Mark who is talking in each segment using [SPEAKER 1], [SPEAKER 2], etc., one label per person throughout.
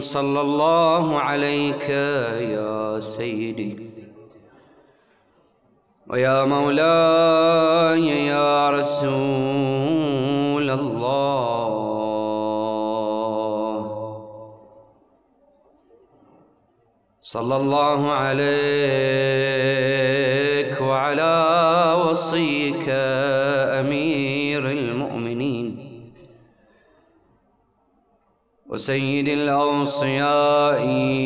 [SPEAKER 1] صلى الله عليك يا سيدي ويا مولاي يا رسول الله، صلى الله عليك وعلى وصيك أمير المؤمنين وسيد الأوصياء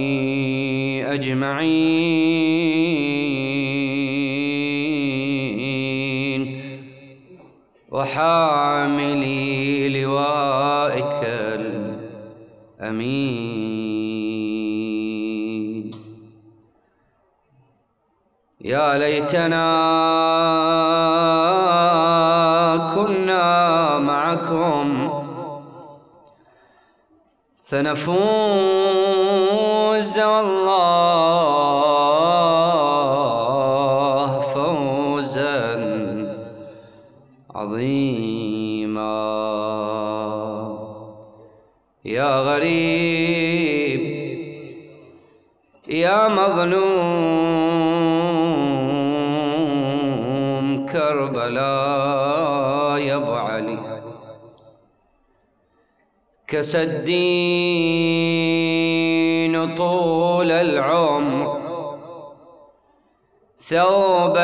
[SPEAKER 1] أجمعين وحاملي لوائك الأمين. يا ليتنا كنا معكم فنفوز والله فوزا عظيما. يا غريب يا مظلوم كربلاء يا ابو علي، كسى الدين طول العمر ثوب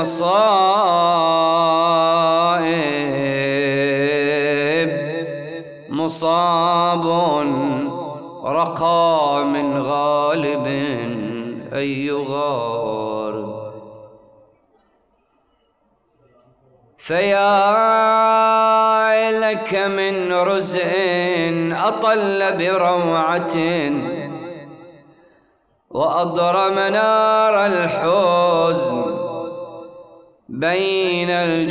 [SPEAKER 1] المصائب، مصاب رقى من غالب أي غارب. فيا لك من رزء أطل بروعة وأضرم نار الحزن بين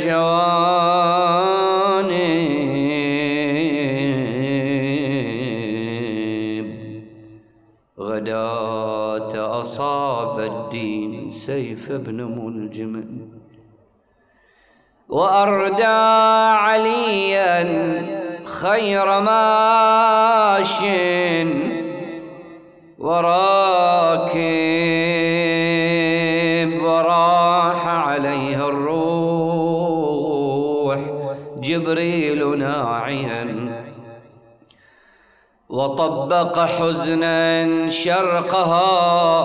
[SPEAKER 1] الجوانب. غداة أصاب الدين سيف ابن ملجم وأردى عليا خير ماش وراكب، وراح عليه الروح جبريل ناعيا وطبق حزنا شرقها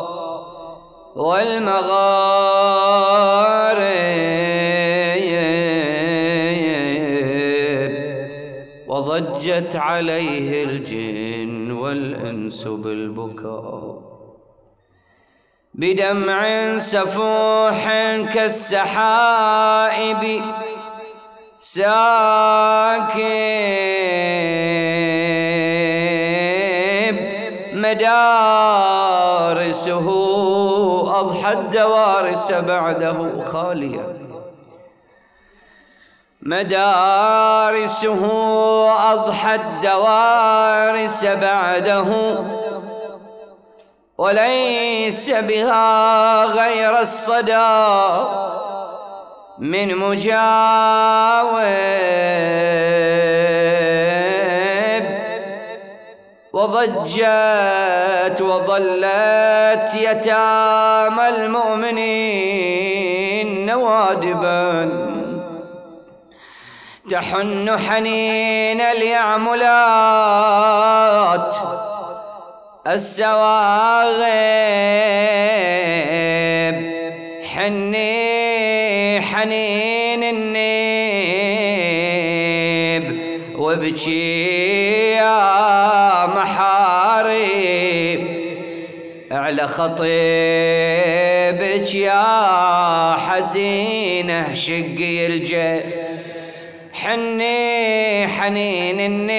[SPEAKER 1] والمغارب، وضجت عليه الجن والإنس بالبكاء بدمع سفوح كالسحائب ساكب. مدارسه أضحت الدوارس بعده خالية، مدارسه أضحت الدوارس بعده وليس بها غير الصدى من مجاوب. وضجت وظلت يتامى المؤمنين نوادبا تحن حنين اليعملات السواغب. حني حنين النيب وابكي يا محارب على خطيبك يا حزينه شقي الجيب. حني حنين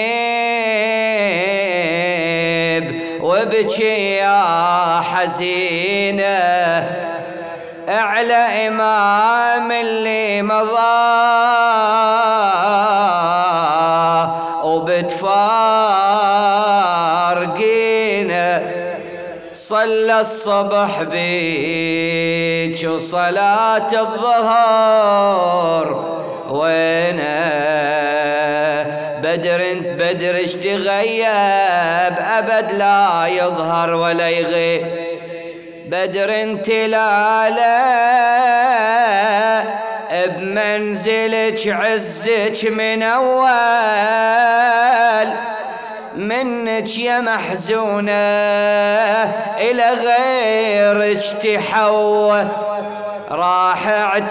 [SPEAKER 1] النيب وابكي يا حزينه على إمام اللي مضى وبتفارقينا. صلى الصبح بيك وصلاة الظهر وينه بدر تغيب أبد لا يظهر ولا يغيب. بدر تلاله بمنزلك عزك من أول، منك يا محزونة إلى غيرك تحول. راح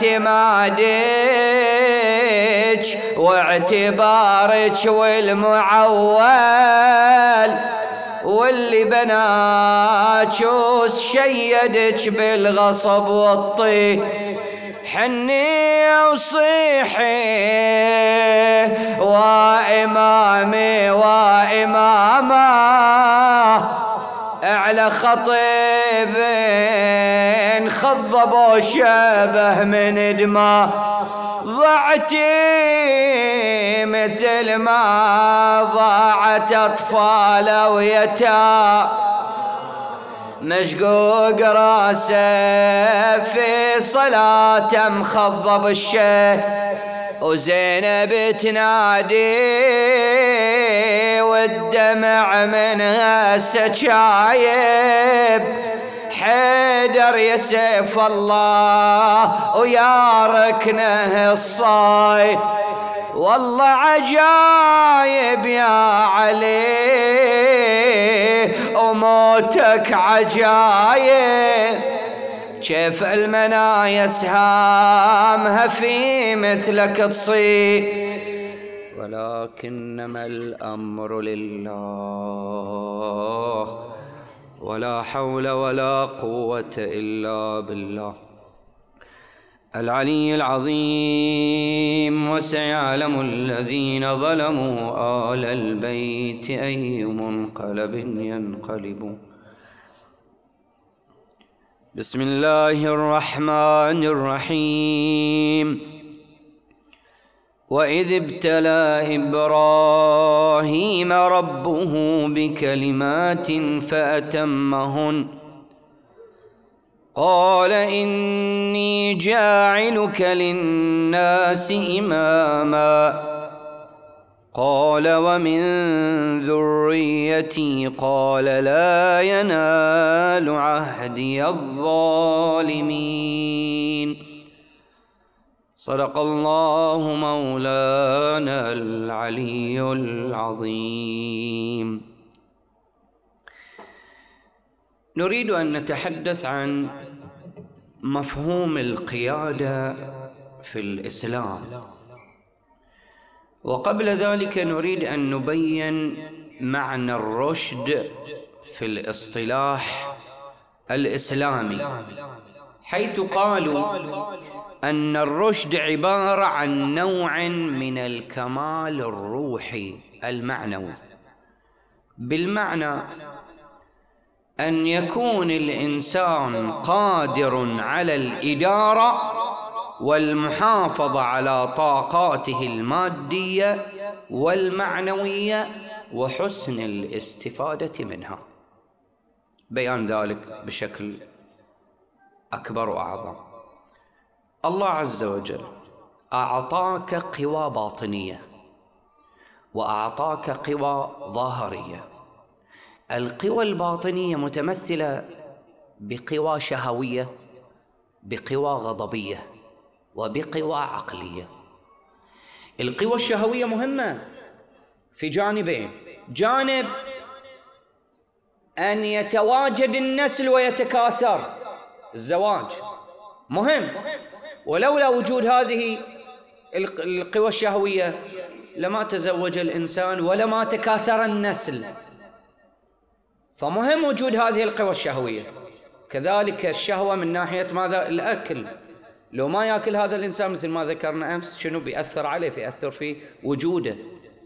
[SPEAKER 1] اعتمادك واعتبارك والمعول، واللي بناك وشيدك بالغصب والطيب. حني وصيحي وإمامي وإماما على خطيب خضب شبه من دماء. ضعتي مثل ما ضاعت أطفال ويتام، مشقوق راسه في صلاة مخضب الشيء. وزينب تنادي والدمع منها سجايب، حيدر يا سيف الله ويا ركنه الصايب. والله عجايب يا علي وموتك عجايب، كيف المنايا سهامها في مثلك تصيب. ولكنما الأمر لله ولا حول ولا قوة إلا بالله العلي العظيم. وسيعلم الذين ظلموا آل البيت أي منقلب ينقلبون. بسم الله الرحمن الرحيم. وإذ ابتلى إبراهيم ربه بكلمات فأتمهن قال إني جاعلك للناس إماما قال ومن ذريتي قال لا ينال عهدي الظالمين. صدق الله مولانا العلي العظيم. نريد أن نتحدث عن مفهوم القيادة في الإسلام، وقبل ذلك نريد أن نبين معنى الرشد في الاصطلاح الإسلامي، حيث قالوا أن الرشد عبارة عن نوع من الكمال الروحي المعنوي، بالمعنى أن يكون الإنسان قادر على الإدارة والمحافظة على طاقاته المادية والمعنوية وحسن الاستفادة منها. بيان ذلك بشكل أكبر وأعظم. الله عز وجل أعطاك قوى باطنية وأعطاك قوى ظاهرية. القوى الباطنية متمثلة بقوى شهوية، بقوى غضبية، وبقوى عقلية. القوى الشهوية مهمة في جانبين: جانب أن يتواجد النسل ويتكاثر، الزواج مهم، ولولا وجود هذه القوى الشهوية لما تزوج الإنسان ولما تكاثر النسل، فمهم وجود هذه القوى الشهوية. كذلك الشهوة من ناحية ماذا؟ الأكل. لو ما يأكل هذا الإنسان مثل ما ذكرنا أمس، شنو بيأثر عليه؟ بيأثر في وجوده.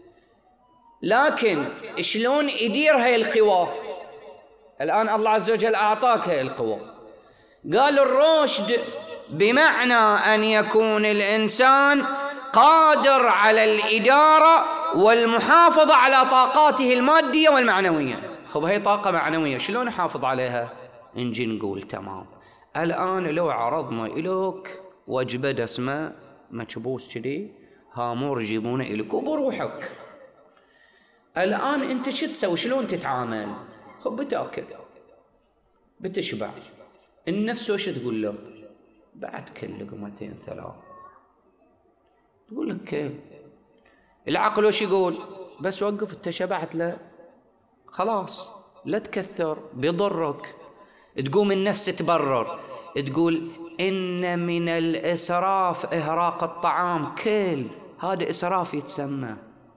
[SPEAKER 1] لكن شلون يدير هاي القوى؟ الآن الله عز وجل أعطاك هاي القوى. قال الرشد بمعنى أن يكون الإنسان قادر على الإدارة والمحافظة على طاقاته المادية والمعنوية. خب هي طاقة معنوية شلون نحافظ عليها؟ نجي نقول تمام، الآن لو عرضنا إليك وجبة دسمة مكبوس كذي، هامور يجيبونه إليك وبروحك الآن أنت شو تسوي؟ شلون تتعامل؟ خب بتاكل، بتشبع، النفس وش تقول له؟ بعد كل لقمتين 3 تقول لك كيف؟ العقل وش يقول؟ بس وقف، انت شبعت، لا خلاص لا تكثر بيضرك. تقوم النفس تبرر، تقول إن من الإسراف إهراق الطعام، كل هذا إسراف يتسمى.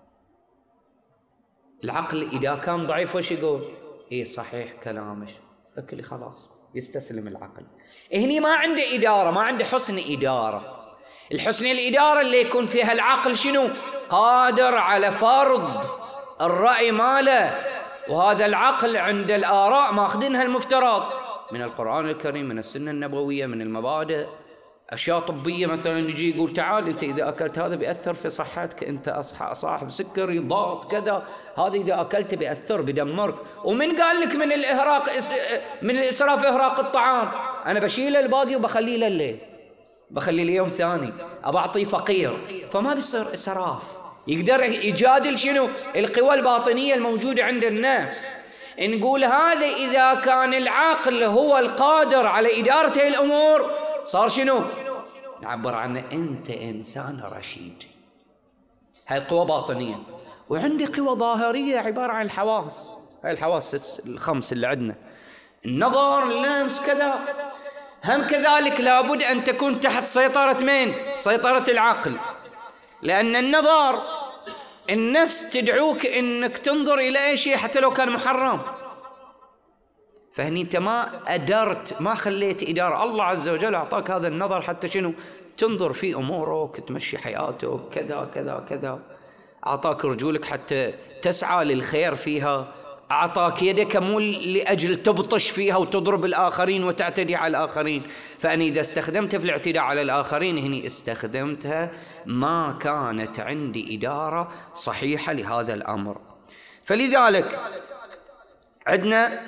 [SPEAKER 1] العقل إذا كان ضعيف وش يقول؟ إيه صحيح كلامك، أكلي خلاص، يستسلم العقل. هني ما عنده إدارة، ما عنده حسن إدارة. الحسن الإدارة اللي يكون فيها العقل شنو؟ قادر على فرض الرأي ماله، وهذا العقل عند الآراء ماخذينها المفترض من القرآن الكريم، من السنة النبوية، من المبادئ، أشياء طبية مثلا يجي يقول تعال أنت إذا أكلت هذا بيأثر في صحتك، أنت صاحب سكري ضغط كذا، هذا إذا أكلت بيأثر بدمرك. ومن قال لك من الإهراق من الإسراف إهراق الطعام؟ أنا بشيل الباقي وبخليه لليل، بخليه اليوم ثاني، أبى أعطيه فقير، فما بيصير إسراف. يقدر يجادل شنو؟ القوى الباطنية الموجودة عند النفس. نقول هذا إذا كان العقل هو القادر على إدارة هذه الأمور صار شنو؟ نعبر عنه أنت إنسان رشيد. هاي القوى باطنية. وعندي قوى ظاهرية عبارة عن الحواس، هاي الحواس الخمس اللي عندنا، النظر، اللمس، كذا، هم كذلك لابد أن تكون تحت سيطرة من؟ سيطرة العقل. لأن النظر النفس تدعوك إنك تنظر إلى أي شيء حتى لو كان محرم، فهني أنت ما أدرت، ما خليت إدارة. الله عز وجل أعطاك هذا النظر حتى شنو؟ تنظر في أمورك، تمشي حياتك، كذا كذا كذا. أعطاك رجولك حتى تسعى للخير فيها، أعطاك يدك مو لأجل تبطش فيها وتضرب الآخرين وتعتدي على الآخرين. فأنا إذا استخدمتها في الاعتداء على الآخرين هني استخدمتها ما كانت عندي إدارة صحيحة لهذا الأمر. فلذلك عندنا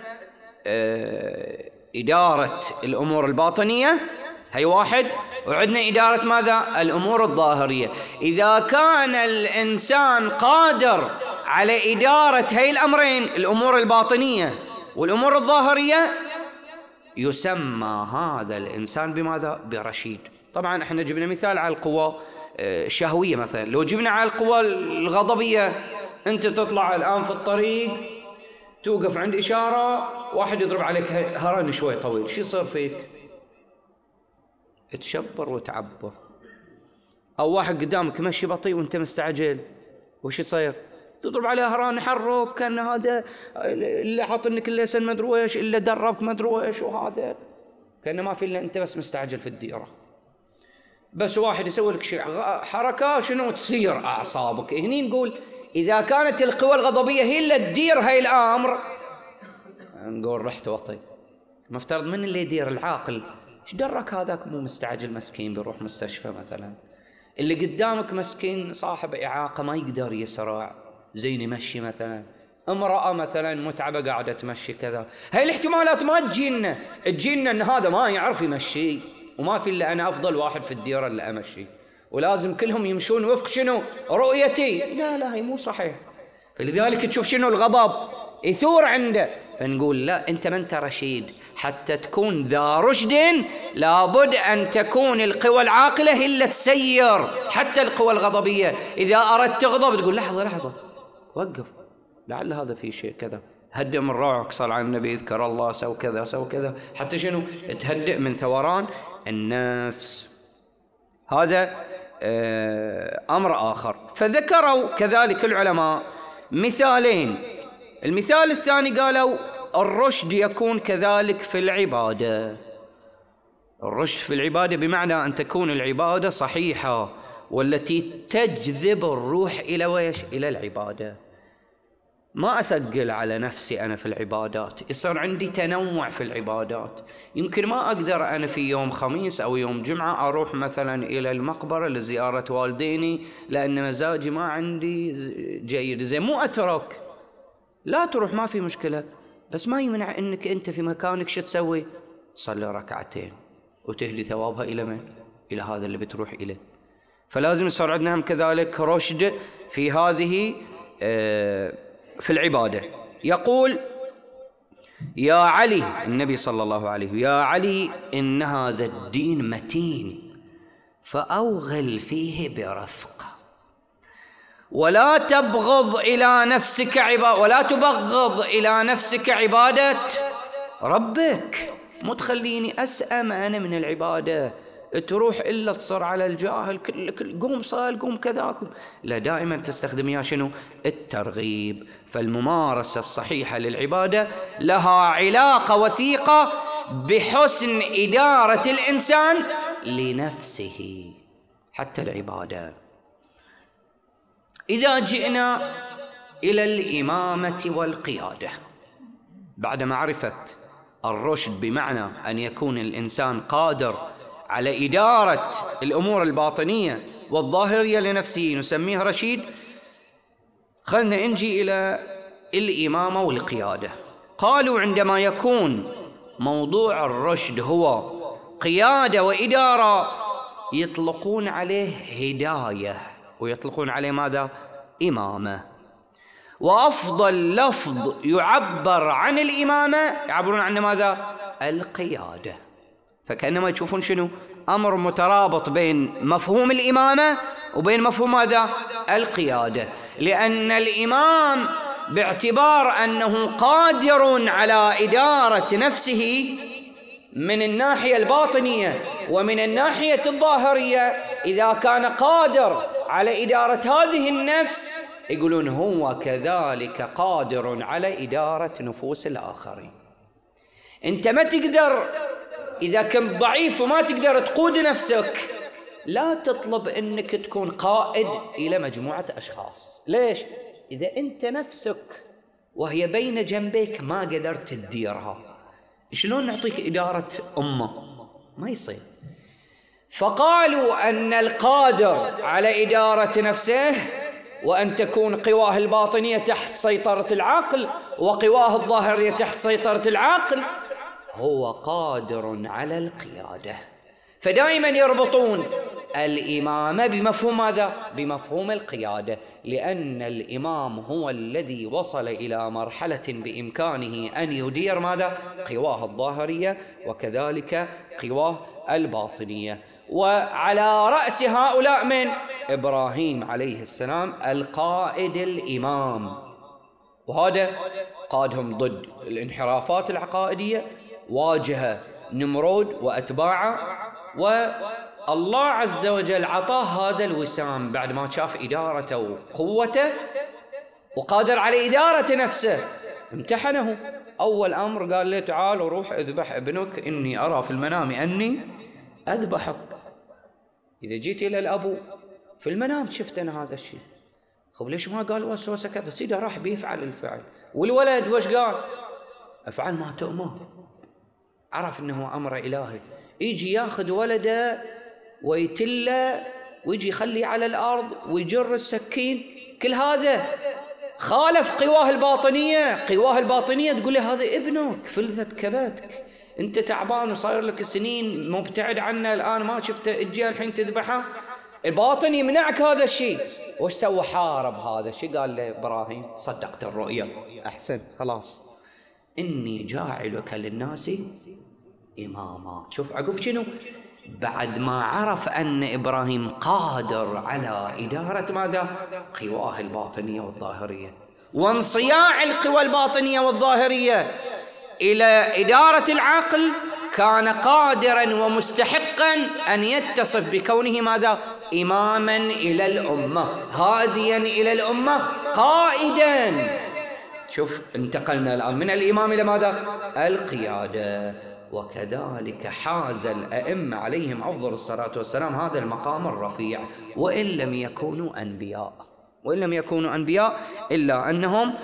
[SPEAKER 1] إدارة الأمور الباطنية هي واحد، وعندنا إدارة ماذا؟ الأمور الظاهرية. إذا كان الإنسان قادر على إدارة هاي الأمرين، الأمور الباطنية والأمور الظاهرية، يسمى هذا الإنسان بماذا؟ برشيد. طبعا احنا جبنا مثال على القوى الشهوية مثلا. لو جبنا على القوى الغضبية، أنت تطلع الآن في الطريق، توقف عند إشارة، واحد يضرب عليك هرن شوي طويل، شو يصير فيك؟ تشبر وتعبر. أو واحد قدامك مشي بطيء وأنت مستعجل، وش يصير؟ تضرب عليه هران، يحرك كان هذا اللي حاط لك الليسن مدري ايش، اللي دربك مدري ايش، وهذا كان ما في الا انت بس مستعجل في الديره. بس واحد يسوي لك حركه شنو تثير اعصابك. هني نقول اذا كانت القوى الغضبيه هي اللي تدير هاي الامر، نقول رحت وطي. مفترض من اللي يدير؟ العاقل. ايش درك هذاك مو مستعجل مسكين بيروح مستشفى مثلا؟ اللي قدامك مسكين صاحب اعاقه ما يقدر يسرع زين يمشي مثلا، امرأة مثلا متعبة قاعدة تمشي كذا. هاي الاحتمالات ما تجينا ان هذا ما يعرف يمشي وما في الا انا افضل واحد في الديرة اللي امشي ولازم كلهم يمشون وفق شنو؟ رؤيتي. لا هي مو صحيح. فلذلك تشوف شنو الغضب يثور عنده. فنقول لا، انت ما انت رشيد. حتى تكون ذا رشد لابد ان تكون القوى العاقلة هي اللي تسير حتى القوى الغضبية. اذا اردت تغضب تقول لحظة وقف، لعل هذا في شيء كذا، هدئ من روعك، صل على النبي، اذكر الله، سو كذا حتى شنو؟ تهدئ من ثوران النفس. هذا أمر آخر. فذكروا كذلك العلماء مثالين. المثال الثاني قالوا الرشد يكون كذلك في العبادة. الرشد في العبادة بمعنى أن تكون العبادة صحيحة والتي تجذب الروح إلى ويش؟ إلى العبادة. ما أثقل على نفسي أنا في العبادات، يصير عندي تنوع في العبادات. يمكن ما أقدر أنا في يوم خميس أو يوم جمعة أروح مثلا إلى المقبرة لزيارة والديني لأن مزاجي ما عندي جيد، زي مو أترك، لا تروح، ما في مشكلة، بس ما يمنع أنك أنت في مكانك شو تسوي؟ تصلي ركعتين وتهدي ثوابها إلى من؟ إلى هذا اللي بتروح إليه. فلازم يصير عندنا هم كذلك رشد في هذه في العبادة. يقول يا علي، النبي صلى الله عليه وسلم: يا علي إن هذا الدين متين فأوغل فيه برفق، ولا تبغض إلى نفسك عبادة ربك. مو تخليني أسأم أنا من العبادة، تروح إلا تصر على الجاهل كل قوم صال قوم كذا. لا، دائما تستخدم يا شنو؟ الترغيب. فالممارسة الصحيحة للعبادة لها علاقة وثيقة بحسن إدارة الإنسان لنفسه حتى العبادة. إذا جئنا إلى الإمامة والقيادة بعد معرفة الرشد بمعنى أن يكون الإنسان قادر على إدارة الأمور الباطنية والظاهرية لنفسه نسميه رشيد، خلنا نجي إلى الإمامة والقيادة. قالوا عندما يكون موضوع الرشد هو قيادة وإدارة يطلقون عليه هداية، ويطلقون عليه ماذا؟ إمامة. وأفضل لفظ يعبر عن الإمامة يعبرون عنه ماذا؟ القيادة. فكأنما يشوفون شنو؟ أمر مترابط بين مفهوم الإمامة وبين مفهوم ماذا؟ القيادة. لأن الإمام باعتبار أنه قادر على إدارة نفسه من الناحية الباطنية ومن الناحية الظاهرية، إذا كان قادر على إدارة هذه النفس يقولون هو كذلك قادر على إدارة نفوس الآخرين. أنت ما تقدر، إذا كنت ضعيف وما تقدر تقود نفسك، لا تطلب أنك تكون قائد إلى مجموعة أشخاص. ليش؟ إذا أنت نفسك وهي بين جنبك ما قدرت تديرها، شلون نعطيك إدارة أمة؟ ما يصير. فقالوا أن القادر على إدارة نفسه وأن تكون قواه الباطنية تحت سيطرة العقل وقواه الظاهرية تحت سيطرة العقل هو قادر على القيادة. فدائما يربطون الإمامة بمفهوم ماذا؟ بمفهوم القيادة، لأن الإمام هو الذي وصل إلى مرحلة بإمكانه أن يدير ماذا؟ قواه الظاهرية وكذلك قواه الباطنية. وعلى رأس هؤلاء من؟ إبراهيم عليه السلام القائد الإمام، وهذا قادهم ضد الانحرافات العقائدية، واجه نمرود وأتباعه، والله عز وجل عطاه هذا الوسام بعد ما شاف إدارته وقوته وقادر على إدارة نفسه. امتحنه. أول أمر قال له تعال وروح اذبح ابنك، إني أرى في المنام أني أذبحك. إذا جيت إلى الأبو في المنام شفت أنا هذا الشيء، خب ليش ما قال وسوسة كذا؟ سيدة راح بيفعل الفعل. والولد وش قال؟ افعل ما تؤمر. عرف أنه أمر إلهي. يجي ياخذ ولده ويتله ويجي يخليه على الأرض ويجر السكين، كل هذا خالف قواه الباطنية. قواه الباطنية تقول له هذا ابنك فلذة كبدك، أنت تعبان وصاير لك سنين مبتعد عنه، الآن ما شفته اجي الحين تذبحه. الباطن يمنعك هذا الشيء. وش سوى؟ حارب هذا الشيء. قال له إبراهيم صدقت الرؤيا، أحسنت، خلاص إني جاعلك للناس إماما. شوف عقب شنو؟ بعد ما عرف أن إبراهيم قادر على إدارة ماذا؟ قواه الباطنية والظاهرية، وانصياع القوى الباطنية والظاهرية إلى إدارة العقل، كان قادرا ومستحقا أن يتصف بكونه ماذا؟ إماما إلى الأمة، هاديا إلى الأمة، قائدا. شوف انتقلنا الآن من الإمام إلى ماذا؟ القيادة. وكذلك حاز الأئمة عليهم أفضل الصلاة والسلام هذا المقام الرفيع، وإن لم يكونوا أنبياء إلا أنهم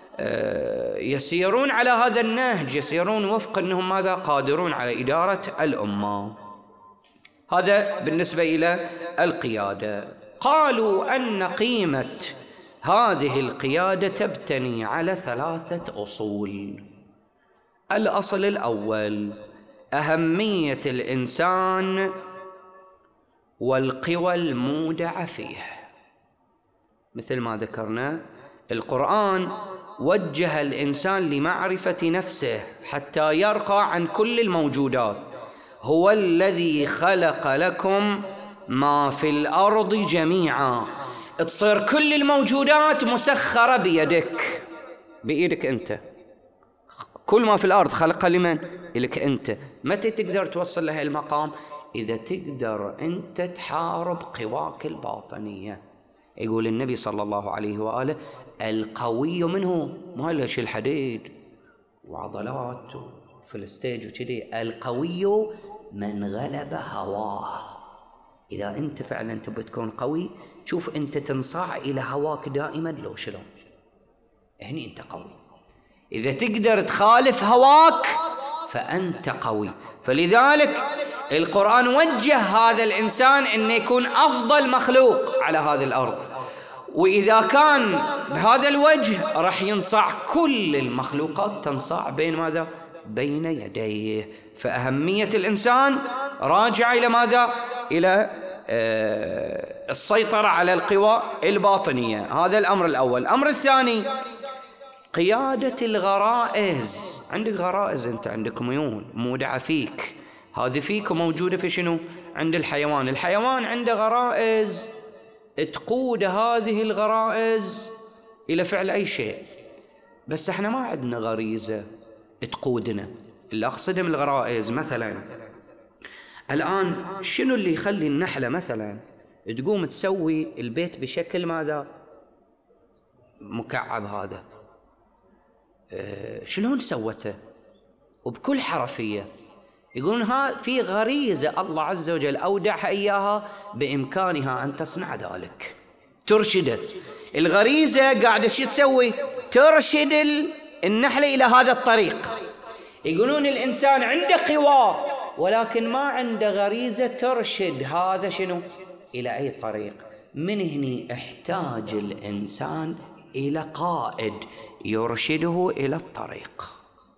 [SPEAKER 1] يسيرون على هذا النهج، يسيرون وفق أنهم ماذا؟ قادرون على إدارة الأمة. هذا بالنسبة إلى القيادة. قالوا أن قيمة هذه القيادة تبتني على 3 أصول. الأصل الأول أهمية الإنسان والقوى المودعة فيه. مثل ما ذكرنا القرآن وجه الإنسان لمعرفة نفسه حتى يرقى عن كل الموجودات. هو الذي خلق لكم ما في الأرض جميعا. تصير كل الموجودات مسخرة بيدك، بإيدك أنت. كل ما في الأرض خلق لمن؟ إلك أنت. متى تقدر توصل له المقام؟ إذا تقدر أنت تحارب قواك الباطنية. يقول النبي صلى الله عليه وآله: القوي منه، ما ليش الحديد وعضلات في الستيج وكذي، القوي من غلب هواه. إذا أنت فعلا تبي تكون قوي، شوف أنت تنصاع إلى هواك دائما لو شلون، هني أنت قوي. إذا تقدر تخالف هواك فأنت قوي. فلذلك القرآن وجه هذا الإنسان أن يكون أفضل مخلوق على هذه الأرض، وإذا كان بهذا الوجه راح ينصاع كل المخلوقات، تنصاع بين ماذا؟ بين يديه. فأهمية الإنسان راجعة إلى ماذا؟ إلى السيطرة على القوى الباطنية. هذا الأمر الأول. الأمر الثاني: قيادة الغرائز. عندك غرائز، أنت عندك ميول مودعة فيك، هذه فيك وموجودة في شنو؟ عند الحيوان. الحيوان عنده غرائز تقود هذه الغرائز إلى فعل أي شيء، بس احنا ما عندنا غريزة تقودنا. اللي أقصده من الغرائز، مثلا الآن شنو اللي يخلي النحلة مثلا تقوم تسوي البيت بشكل ماذا؟ مكعب هذا، شلون سوته؟ وبكل حرفية. يقولون ها في غريزة الله عز وجل أودعها إياها، بإمكانها أن تصنع ذلك، ترشد الغريزة. قاعدة شو تسوي؟ ترشد النحلة إلى هذا الطريق. يقولون الإنسان عنده قوى ولكن ما عنده غريزة ترشد هذا شنو؟ إلى أي طريق. من هنا احتاج الإنسان إلى قائد يرشده إلى الطريق.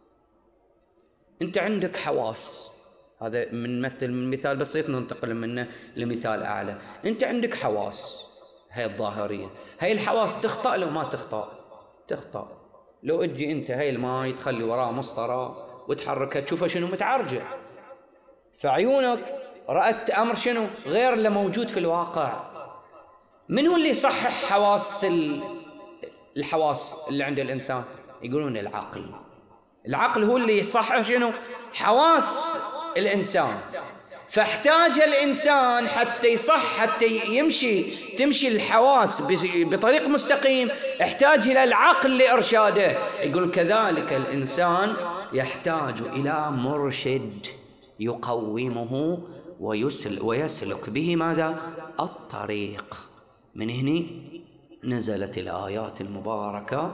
[SPEAKER 1] أنت عندك حواس، هذا من مثال بسيط ننتقل منه لمثال أعلى. أنت عندك حواس، هي الظاهرية، هي الحواس تخطأ لو ما تخطأ؟ تخطأ. لو أجي أنت هي الماء تخلي وراه مسطرة وتحركها تشوفها شنو؟ متعرجة. فعيونك رأت أمر شنو؟ غير اللي موجود في الواقع. من هو اللي يصحح الحواس اللي عند الإنسان؟ يقولون العقل. العقل هو اللي يصحح شنو؟ حواس الإنسان. فاحتاج الإنسان حتى يصح، حتى تمشي الحواس بطريق مستقيم، احتاج إلى العقل لإرشاده. يقول كذلك الإنسان يحتاج إلى مرشد يقومه ويسلك به ماذا؟ الطريق. من هنا نزلت الآيات المباركة: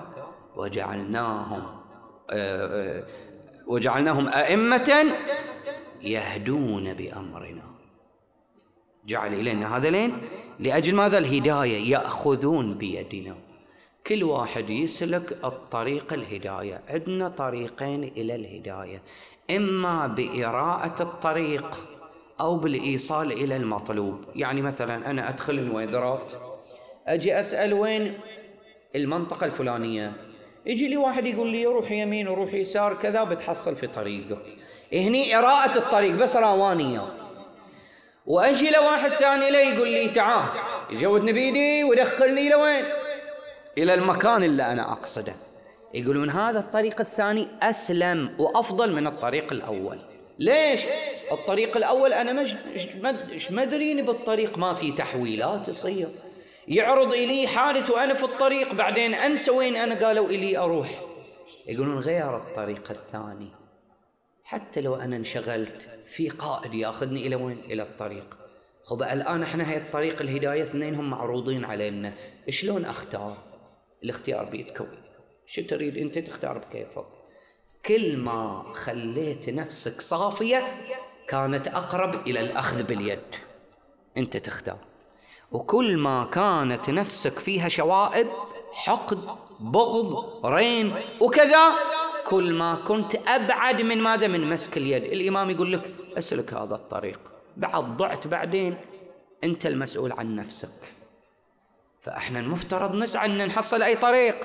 [SPEAKER 1] وجعلناهم أئمة يهدون بأمرنا. جعل إلينا هذا لين لأجل ماذا؟ الهداية. يأخذون بيدنا، كل واحد يسلك الطريق الهداية. عندنا طريقين إلى الهداية: إما بإراءة الطريق أو بالإيصال إلى المطلوب. يعني مثلا أنا أدخل الويدرات، أجي أسأل وين المنطقة الفلانية، يجي لي واحد يقول لي روح يمين وروح يسار كذا بتحصل في طريقك. هني إراءة الطريق بس روانية. وأجي لواحد ثاني لي يقول لي تعال، يجودني بيدي ويدخلني لوين؟ إلى المكان اللي أنا أقصده. يقولون هذا الطريق الثاني أسلم وأفضل من الطريق الأول. ليش؟ الطريق الأول أنا مش مدريني بالطريق، ما في تحويلات يصير، يعرض إلي حادث وأنا في الطريق، بعدين أنسى وين أنا قالوا إلي أروح. يقولون غير الطريق الثاني، حتى لو أنا انشغلت في قائد يأخذني إلى وين؟ إلى الطريق. خب الآن احنا هاي الطريق الهداية اثنينهم معروضين علينا، شلون أختار؟ الاختيار بيدكم، شو تريد أنت تختار بكيفك. كل ما خليت نفسك صافية كانت أقرب إلى الأخذ باليد، أنت تختار. وكل ما كانت نفسك فيها شوائب، حقد، بغض، رين وكذا، كل ما كنت أبعد من ماذا؟ من مسك اليد. الإمام يقول لك أسلك هذا الطريق، بعد ضعت بعدين أنت المسؤول عن نفسك. فإحنا المفترض نسعى أن نحصل أي طريق،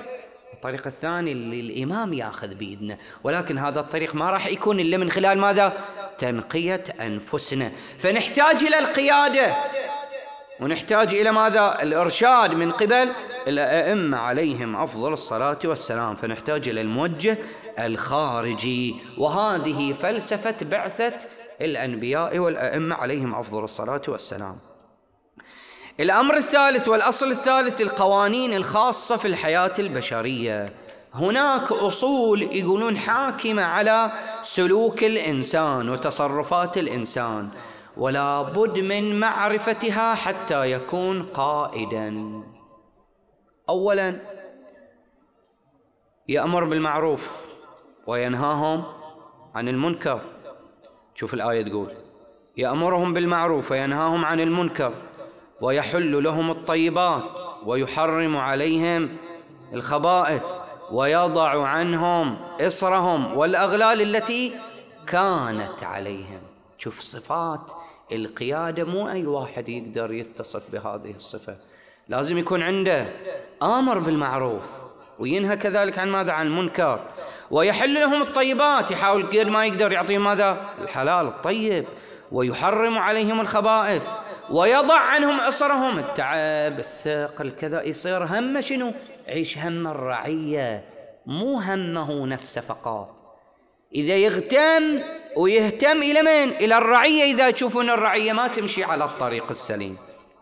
[SPEAKER 1] الطريق الثاني اللي الإمام يأخذ بإذنه، ولكن هذا الطريق ما راح يكون إلا من خلال ماذا؟ تنقية أنفسنا. فنحتاج إلى القيادة، ونحتاج إلى ماذا؟ الإرشاد من قبل الأئمة عليهم أفضل الصلاة والسلام. فنحتاج إلى الموجه الخارجي، وهذه فلسفة بعثة الأنبياء والأئمة عليهم أفضل الصلاة والسلام. الأمر الثالث والأصل الثالث القوانين الخاصة في الحياة البشرية. هناك أصول يقولون حاكمة على سلوك الإنسان وتصرفات الإنسان، ولا بد من معرفتها حتى يكون قائدا. أولا يأمر بالمعروف وينهاهم عن المنكر. شوف الآية تقول يأمرهم بالمعروف وينهاهم عن المنكر ويحل لهم الطيبات ويحرم عليهم الخبائث ويضع عنهم إصرهم والأغلال التي كانت عليهم. شوف صفات القيادة، مو أي واحد يقدر يتصف بهذه الصفة، لازم يكون عنده آمر بالمعروف وينهى كذلك عن ماذا؟ عن المنكر. ويحل لهم الطيبات، يحاول قد ما يقدر يعطيهم ماذا؟ الحلال الطيب. ويحرم عليهم الخبائث ويضع عنهم أصرهم، التعب الثقل كذا، يصير همه شنو؟ عيش هم الرعية، مو همه نفسه فقط. إذا يغتم ويهتم إلى من؟ إلى الرعية، إذا تشوفون الرعية ما تمشي على الطريق السليم.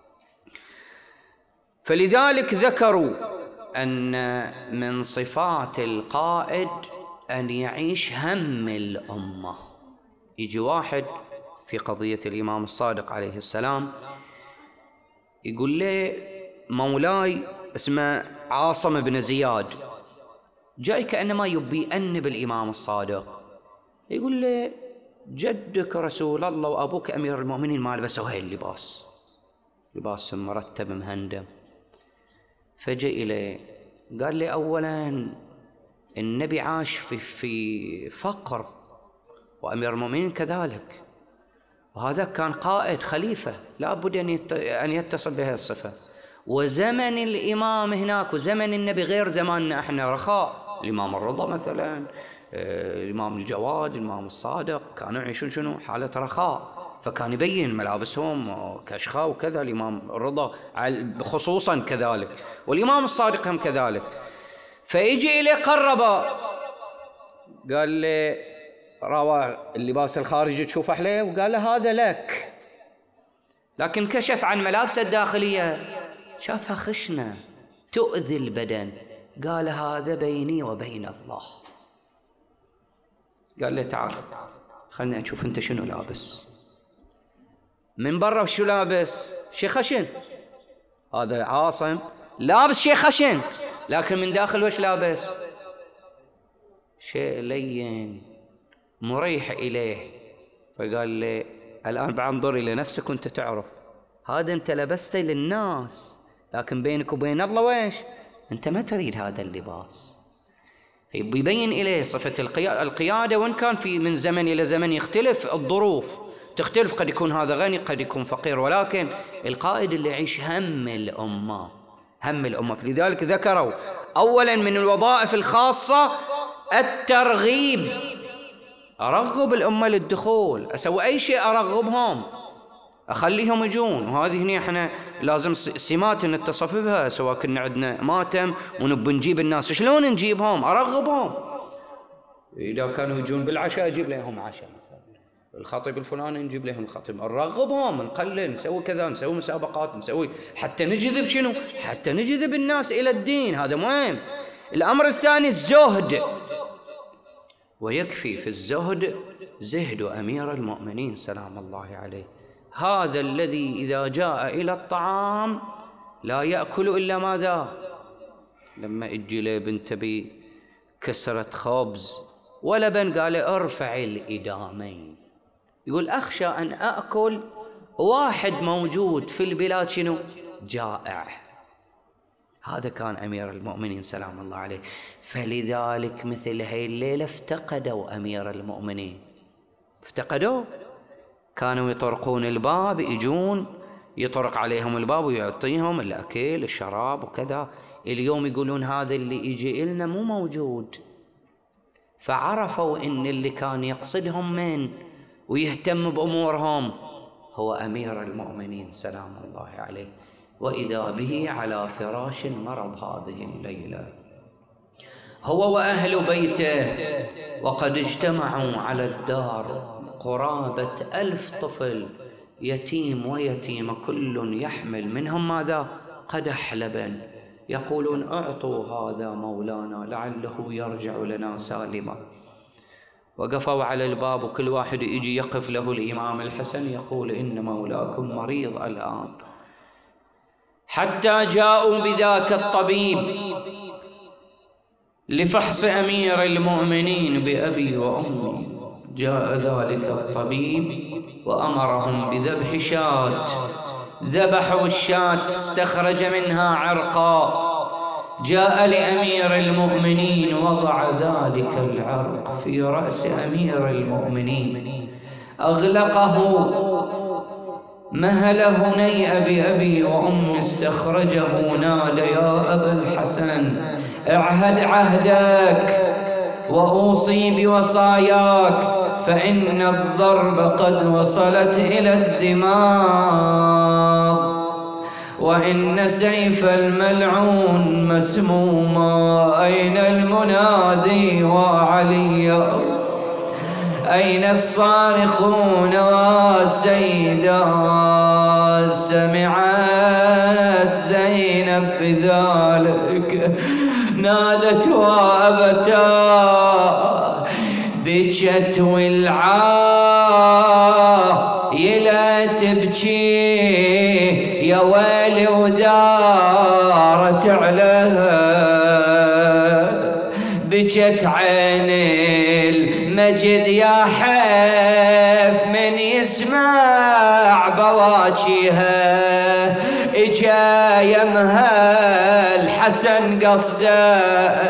[SPEAKER 1] فلذلك ذكروا أن من صفات القائد أن يعيش هم الأمة. يجي واحد في قضية الإمام الصادق عليه السلام يقول لي مولاي اسمه عاصم بن زياد، جاي كأنما يبي أنب الإمام الصادق، يقول لي جدك رسول الله وأبوك أمير المؤمنين ما لبسوا هاي اللباس، لباس مرتب مهندم. فجأ إليه قال لي أولا النبي عاش في فقر وأمير المؤمنين كذلك، وهذا كان قائد خليفة لا بد أن يتصل بهذه الصفة. وزمن الإمام هناك وزمن النبي غير زماننا احنا، رخاء. الإمام الرضا مثلا، الإمام الجواد، الإمام الصادق كانوا يعيشون شنو؟ حالة رخاء، فكان يبين ملابسهم كشخاء وكذا. الإمام الرضا خصوصا كذلك، والإمام الصادق هم كذلك. فيجي إليه قربه قال لي روى اللباس الخارجي تشوف أحليه، وقال له هذا لك، لكن كشف عن ملابسه الداخلية شافها خشنة تؤذي البدن، قال هذا بيني وبين الله. قال له تعال خلنا نشوف انت شنو لابس. من برا شو لابس؟ شيء خشن. هذا عاصم لابس شيء خشن، لكن من داخل وش لابس؟ شيء لين مريح إليه. فقال لي الآن بانظر إلى نفسك وانت تعرف هذا انت لبسته للناس، لكن بينك وبين الله ويش؟ انت ما تريد هذا اللباس. يبين إليه صفة القيادة، وإن كان في من زمن إلى زمن يختلف الظروف، تختلف، قد يكون هذا غني قد يكون فقير، ولكن القائد اللي يعيش هم الأمة، هم الأمة. فلذلك ذكروا أولا من الوظائف الخاصة الترغيب، أرغب الأمة للدخول، أسوي أي شيء أرغبهم، أخليهم يجون. وهذه هنا احنا لازم سمات نتصف بها، سواء كنا عندنا ماتم ونبي نجيب الناس، شلون نجيبهم؟ أرغبهم. إذا كانوا يجون بالعشاء أجيب لهم عشاء، مثلا الخطيب الفلاني نجيب لهم الخطيب، نرغبهم، نقلل، نسوي كذا، نسوي مسابقات، نسوي حتى نجذب شنو؟ حتى نجذب الناس إلى الدين، هذا مهم. الأمر الثاني الزهد، ويكفي في الزهد زهد أمير المؤمنين سلام الله عليه، هذا الذي إذا جاء إلى الطعام لا يأكل إلا ماذا؟ لما اجي لي بنت بي كسرة خبز ولبن قال ارفع الإدامين، يقول أخشى أن أأكل واحد موجود في البلاد شنو؟ جائع. هذا كان أمير المؤمنين سلام الله عليه. فلذلك مثل هاي الليلة افتقدوا أمير المؤمنين، افتقدوا، كانوا يطرقون الباب، يجون يطرق عليهم الباب ويعطيهم الأكل الشراب وكذا، اليوم يقولون هذا اللي يجي إلنا مو موجود. فعرفوا إن اللي كان يقصدهم من ويهتم بأمورهم هو أمير المؤمنين سلام الله عليه، وإذا به على فراش مرض هذه الليلة هو وأهل بيته، وقد اجتمعوا على الدار قرابة 1000 طفل، يتيم ويتيمة، كل يحمل منهم ماذا؟ قدح لبن، يقولون اعطوا هذا مولانا لعله يرجع لنا سالما. وقفوا على الباب وكل واحد يجي يقف له الإمام الحسن يقول إن مولاكم مريض الآن. حتى جاءوا بذاك الطبيب لفحص أمير المؤمنين بأبي وأمي. جاء ذلك الطبيب وأمرهم بذبح شاة، ذبحوا الشاة استخرج منها عرقا، جاء لأمير المؤمنين وضع ذلك العرق في رأس أمير المؤمنين، أغلقه، مهل هنيئ بأبي وأمي، استخرجه، نال يا أبا الحسن اعهد عهدك وأوصي بوصاياك، فإن الضرب قد وصلت إلى الدماغ، وإن سيف الملعون مسموما. أين المنادي وعلي؟ أين الصارخون وسيدا؟ سمعت زينب بذلك نادت وأبتا، بكت والعايلة تبكي يا ويلي، ودارت عليها بكت عين المجد يا حيف من يسمع بواكيها. اجا يمها الحسن قصده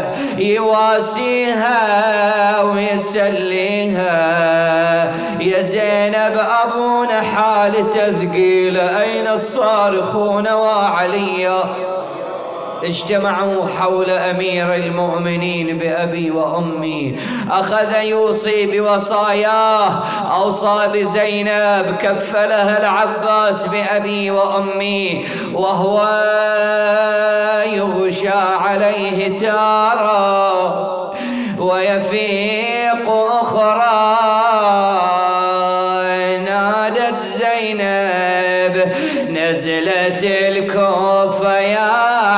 [SPEAKER 1] يواسيها ويسليها، يا زينب أبونا حالته ثقيلة، أين الصارخون وعليا؟ اجتمعوا حول أمير المؤمنين بأبي وأمي، أخذ يوصي بوصاياه، أوصى بزينب، كفلها العباس بأبي وأمي، وهو يغشى عليه تارة ويفيق أخرى. نادت زينب نزلت الكوفة يا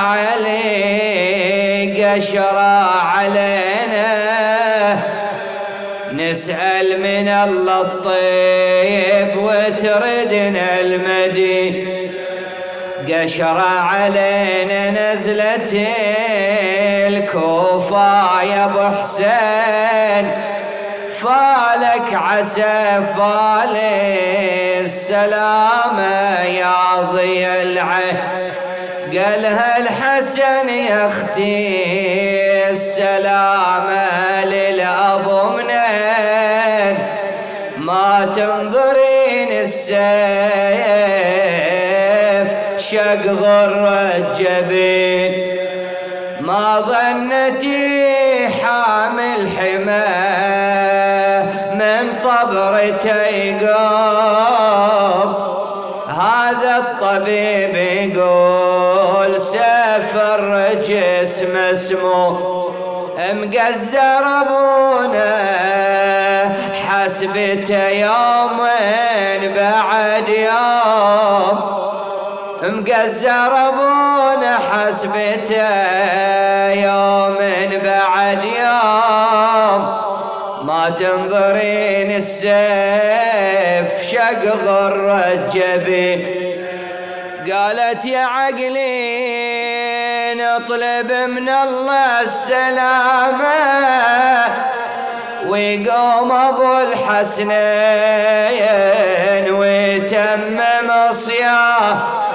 [SPEAKER 1] قشرة علينا، نسأل من الله الطيب وتردنا المدين. قشرة علينا نزلت الكوفة يا ابو حسين، فالك عسى فال السلامة يا ضي العين. قالها الحسن يا اختي السلامة للأبو منين، ما تنظرين السيف شق غرة الجبين، ما ظنتي حامل حماه من طبرته يقوم. هذا الطبيب يقول سفر جسم اسمه مقزر ابونا، حسبته يومين بعد يوم، مقزر ابونا حسبته يومين بعد يوم، ما تنظرين السيف شق غرة الجبين. قالت يا عقلي نطلب من الله السلامة، ويقوم ابو الحسنين ويتمم صيام،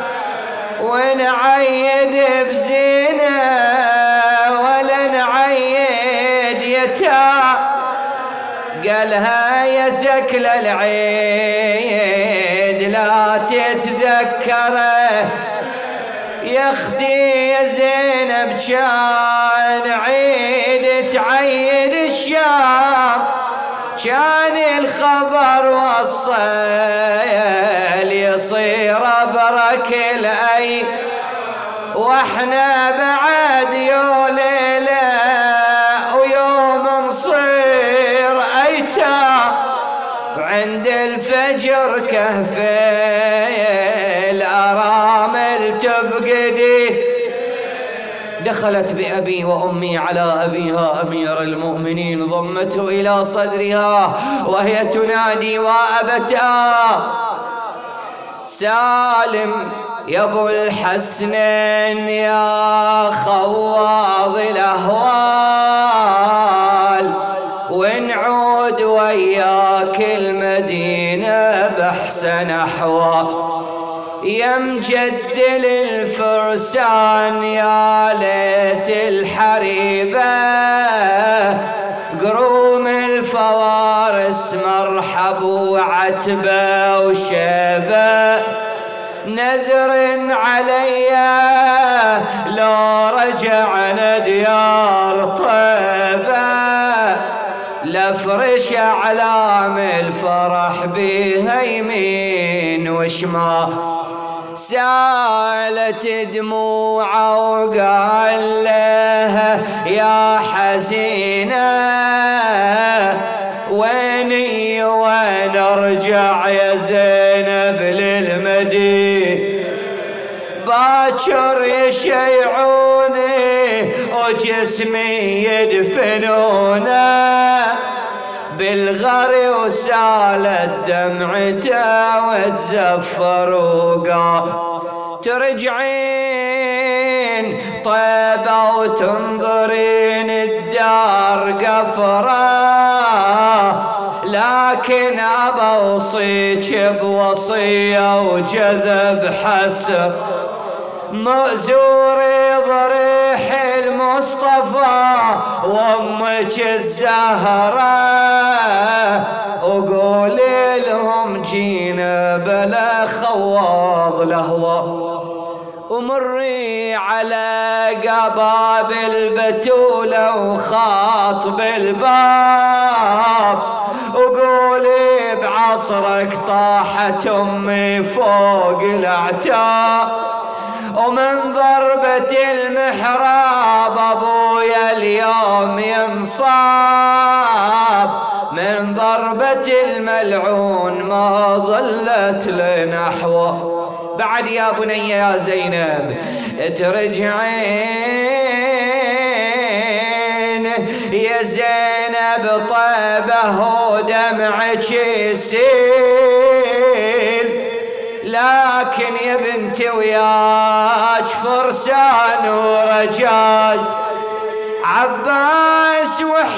[SPEAKER 1] ونعيد بزينة ولا نعيد يتام. قالها يا ثكل العيد لا تتذكره، يا اختي يا زينب كان عيد تعيد الشام، كان الخبر وصل يصير برك الأي، واحنا بعد يا ليلة ويوم نصير أيتام، عند الفجر كهف الأرامل تفقدي. دخلت بأبي وأمي على أبيها أمير المؤمنين، ضمته إلى صدرها وهي تنادي وأبتاه سالم يا ابو الحسنين يا خواض الأهوال، ونعود وياك المدينة بأحسن أحوال. يا مجدل الفرسان يا ليث الحريبة، قروم الفوارس مرحب وعتبة وشيبة، نذر عليا لو رجعنا ديار طيبة، لفرش أعلام الفرح بيها يمين وشمال. سالت دموعه وقال لها يا حزينة ويني وين ارجع يا زينب للمدينة، باكر يشيعوني وجسمي يدفنونه، بالغري وسالت دمعته وتزفر وقال ترجعين طيبة وتنظرين الدار قفرة، لكن أبا أوصيك بوصية وجذب حسر، مأزوري ضريح المصطفى وامك الزهرة، وقولي لهم جينا بلا خواض لهوة، ومري على قباب البتولة وخاطب الباب، وقولي بعصرك طاحت أمي فوق الأعتاب، ومن ضربة المحراب أبويا اليوم ينصاب، من ضربة الملعون ما ظلت لنحوه. بعد يا بني يا زينب ترجعين يا زينب طيبه ودمعك يسيل، لكن يا بنتي وياك فرسان ورجال، عباس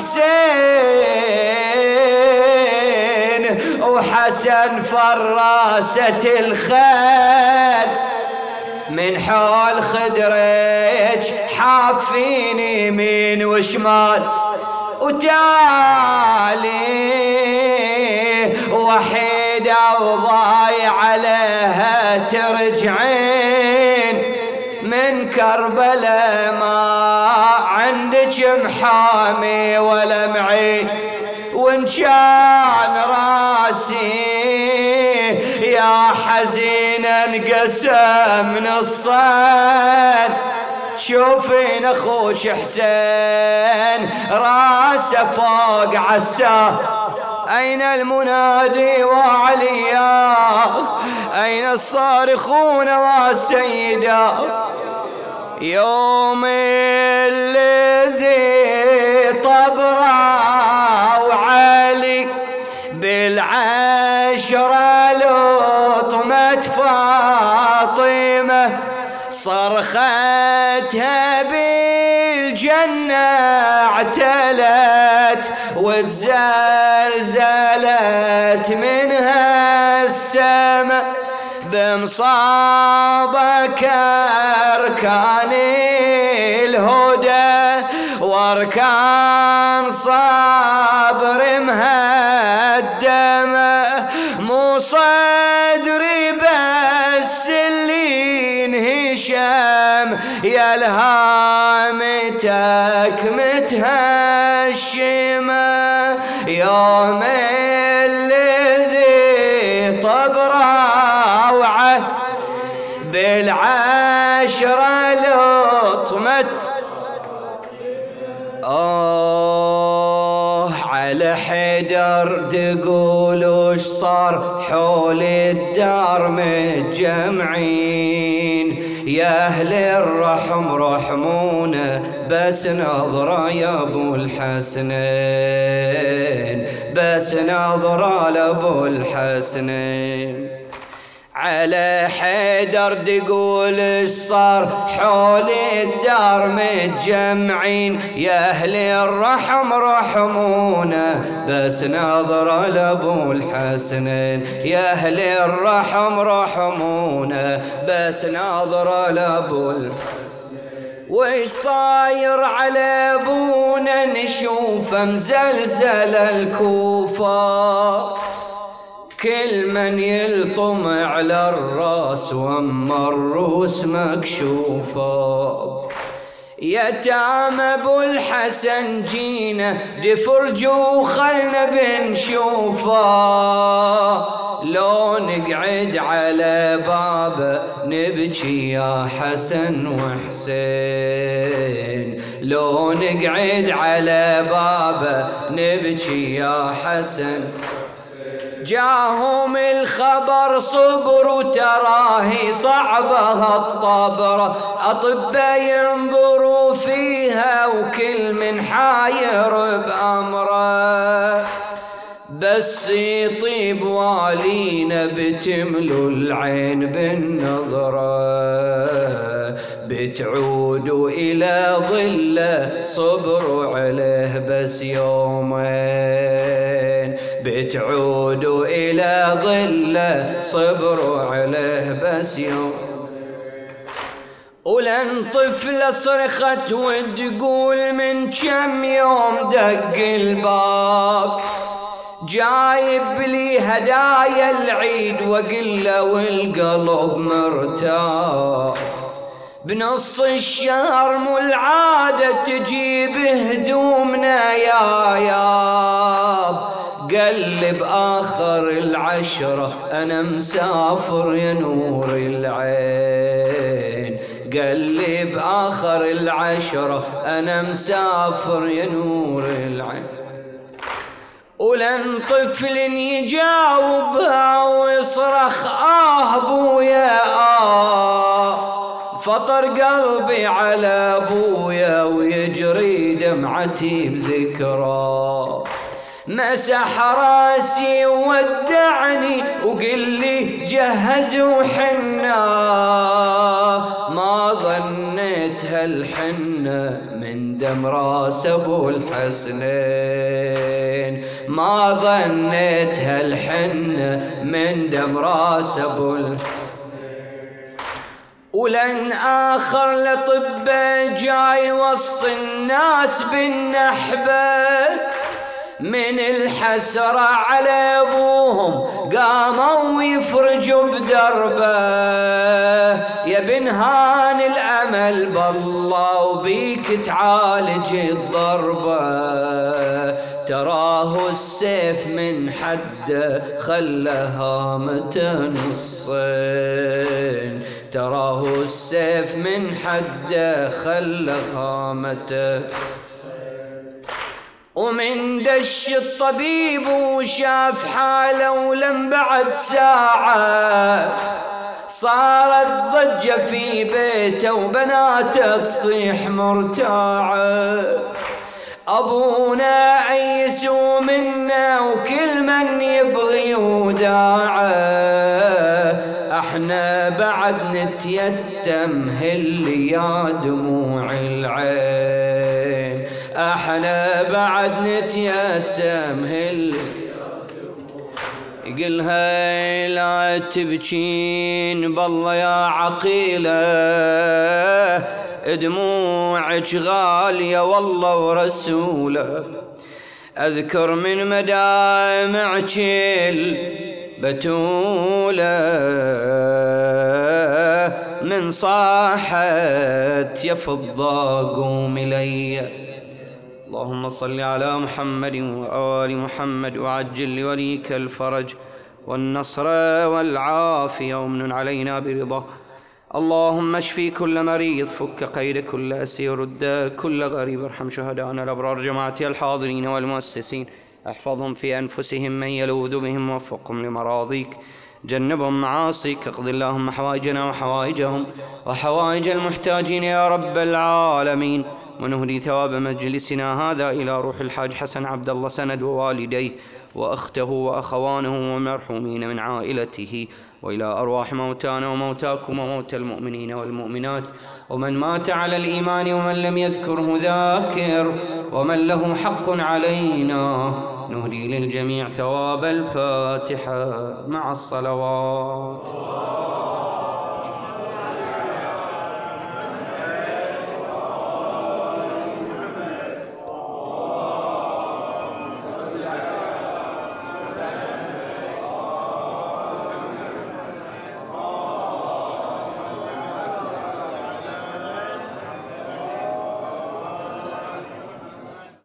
[SPEAKER 1] وحسين وحسن فراسة الخيل، من حول خدرك حافين يمين وشمال، وتالي وحيدة وضايع عليها ترجعين من كربلاء، ما عندك محامي ولا معين، وان كان راسي يا حزينا انقسم نصين، شوفين اخوش حسين راسه فوق عساه، أين المنادي وعلياه، أين الصارخون وسيدا، يوم الذي طبرا وعلي بالعشرة لطمة فاطمة، صرختها بالجنة اعتلت وتزلزلت منها السماء، بمصابك أركان الهدى واركان صبر مهدمة، مو صدري بس اللي انهشم هامتك متهشمة يوم الذي طب روعة بالعشرة لطمت على حدر تقول وش صار حول الدار متجمعين يا أهل الرحم رحمونا بس نظرة يا أبو الحسنين بس نظرة لأبو الحسنين على حيدر تقول صار حول الدار متجمعين يا أهل الرحم رحمونا بس نظرة لأبو الحسنين يا أهل الرحم رحمونا بس نظرة لأبو الحسنين وش صاير على أبونا نشوفه مزلزل الكوفة كل من يلطم على الراس واما الروس مكشوفة يتام ابو الحسن جينا دفرجو خلنا بنشوفه لو نقعد على بابه نبكي يا حسن وحسين لو نقعد على بابه نبكي يا حسن جاهم الخبر صبر وتراهي صعبها الطبرة أطباء ينظروا فيها وكل من حاير بأمره بس يطيب والينا بتملوا العين بالنظرة بتعود إلى ظله صبروا عليه بس يومين بتعود إلى ظله صبروا عليه بس يوم ولن طفلة صرخت وتقول من كم يوم دق الباب جايب لي هدايا العيد وقله والقلب مرتاح بنص الشهر مو العادة تجيب هدومنا يا ياب قلب آخر العشرة أنا مسافر يا نور العين قلب آخر العشرة أنا مسافر يا نور العين ولن طفل يجاوبها ويصرخ بويا فطر قلبي على ابويا ويجري دمعتي بذكرى مسح راسي وودعني وقل لي جهزوا حنا ما ظنيت هالحنة من دم راس ابو الحسنين ما ظنيت هالحنة من دم راس ابو الحسنين ولن آخر لطبه جاي وسط الناس بالنحبة من الحسرة على أبوهم قاموا يفرجوا بدربه يا بنهان الأمل بالله وبيك تعالج الضربة تراه السيف من حده خلها متى نصين تراه السيف من حده خلها متى ومن دش الطبيب وشاف حاله ولم بعد ساعة صارت ضجة في بيته وبناته تصيح مرتاعة أبونا أيسوا منا وكل من يبغي وداعه احنا بعد نتيتم هل يا دموع العين احنا بعد نتيتم هل يقلها لا تبكين بالله يا عقيله دموعك غاليه والله ورسوله اذكر من مدامعك بتولة من صاحت يفض قوم إلي. اللهم صل على محمد وآل محمد وعجل لوليك الفرج والنصر والعافية وامنن علينا برضاه. اللهم اشفي كل مريض، فك قيد كل أسير، رد كل غريب، ارحم شهدانا الأبرار، جماعتي الحاضرين والمؤسسين، احفظهم في أنفسهم من يلوذ بهم، وفقهم لمراضيك، جنبهم معاصيك، اقض اللهم حوائجنا وحوائجهم وحوائج المحتاجين يا رب العالمين. ونهدي ثواب مجلسنا هذا إلى روح الحاج حسن عبد الله سند ووالديه وأخته وأخوانه والمرحومين من عائلته، وإلى أرواح موتانا وموتاكم وموتى المؤمنين والمؤمنات، ومن مات على الإيمان ومن لم يذكره ذاكر، ومن له حق علينا. نهدي للجميع ثواب الفاتحة مع الصلوات.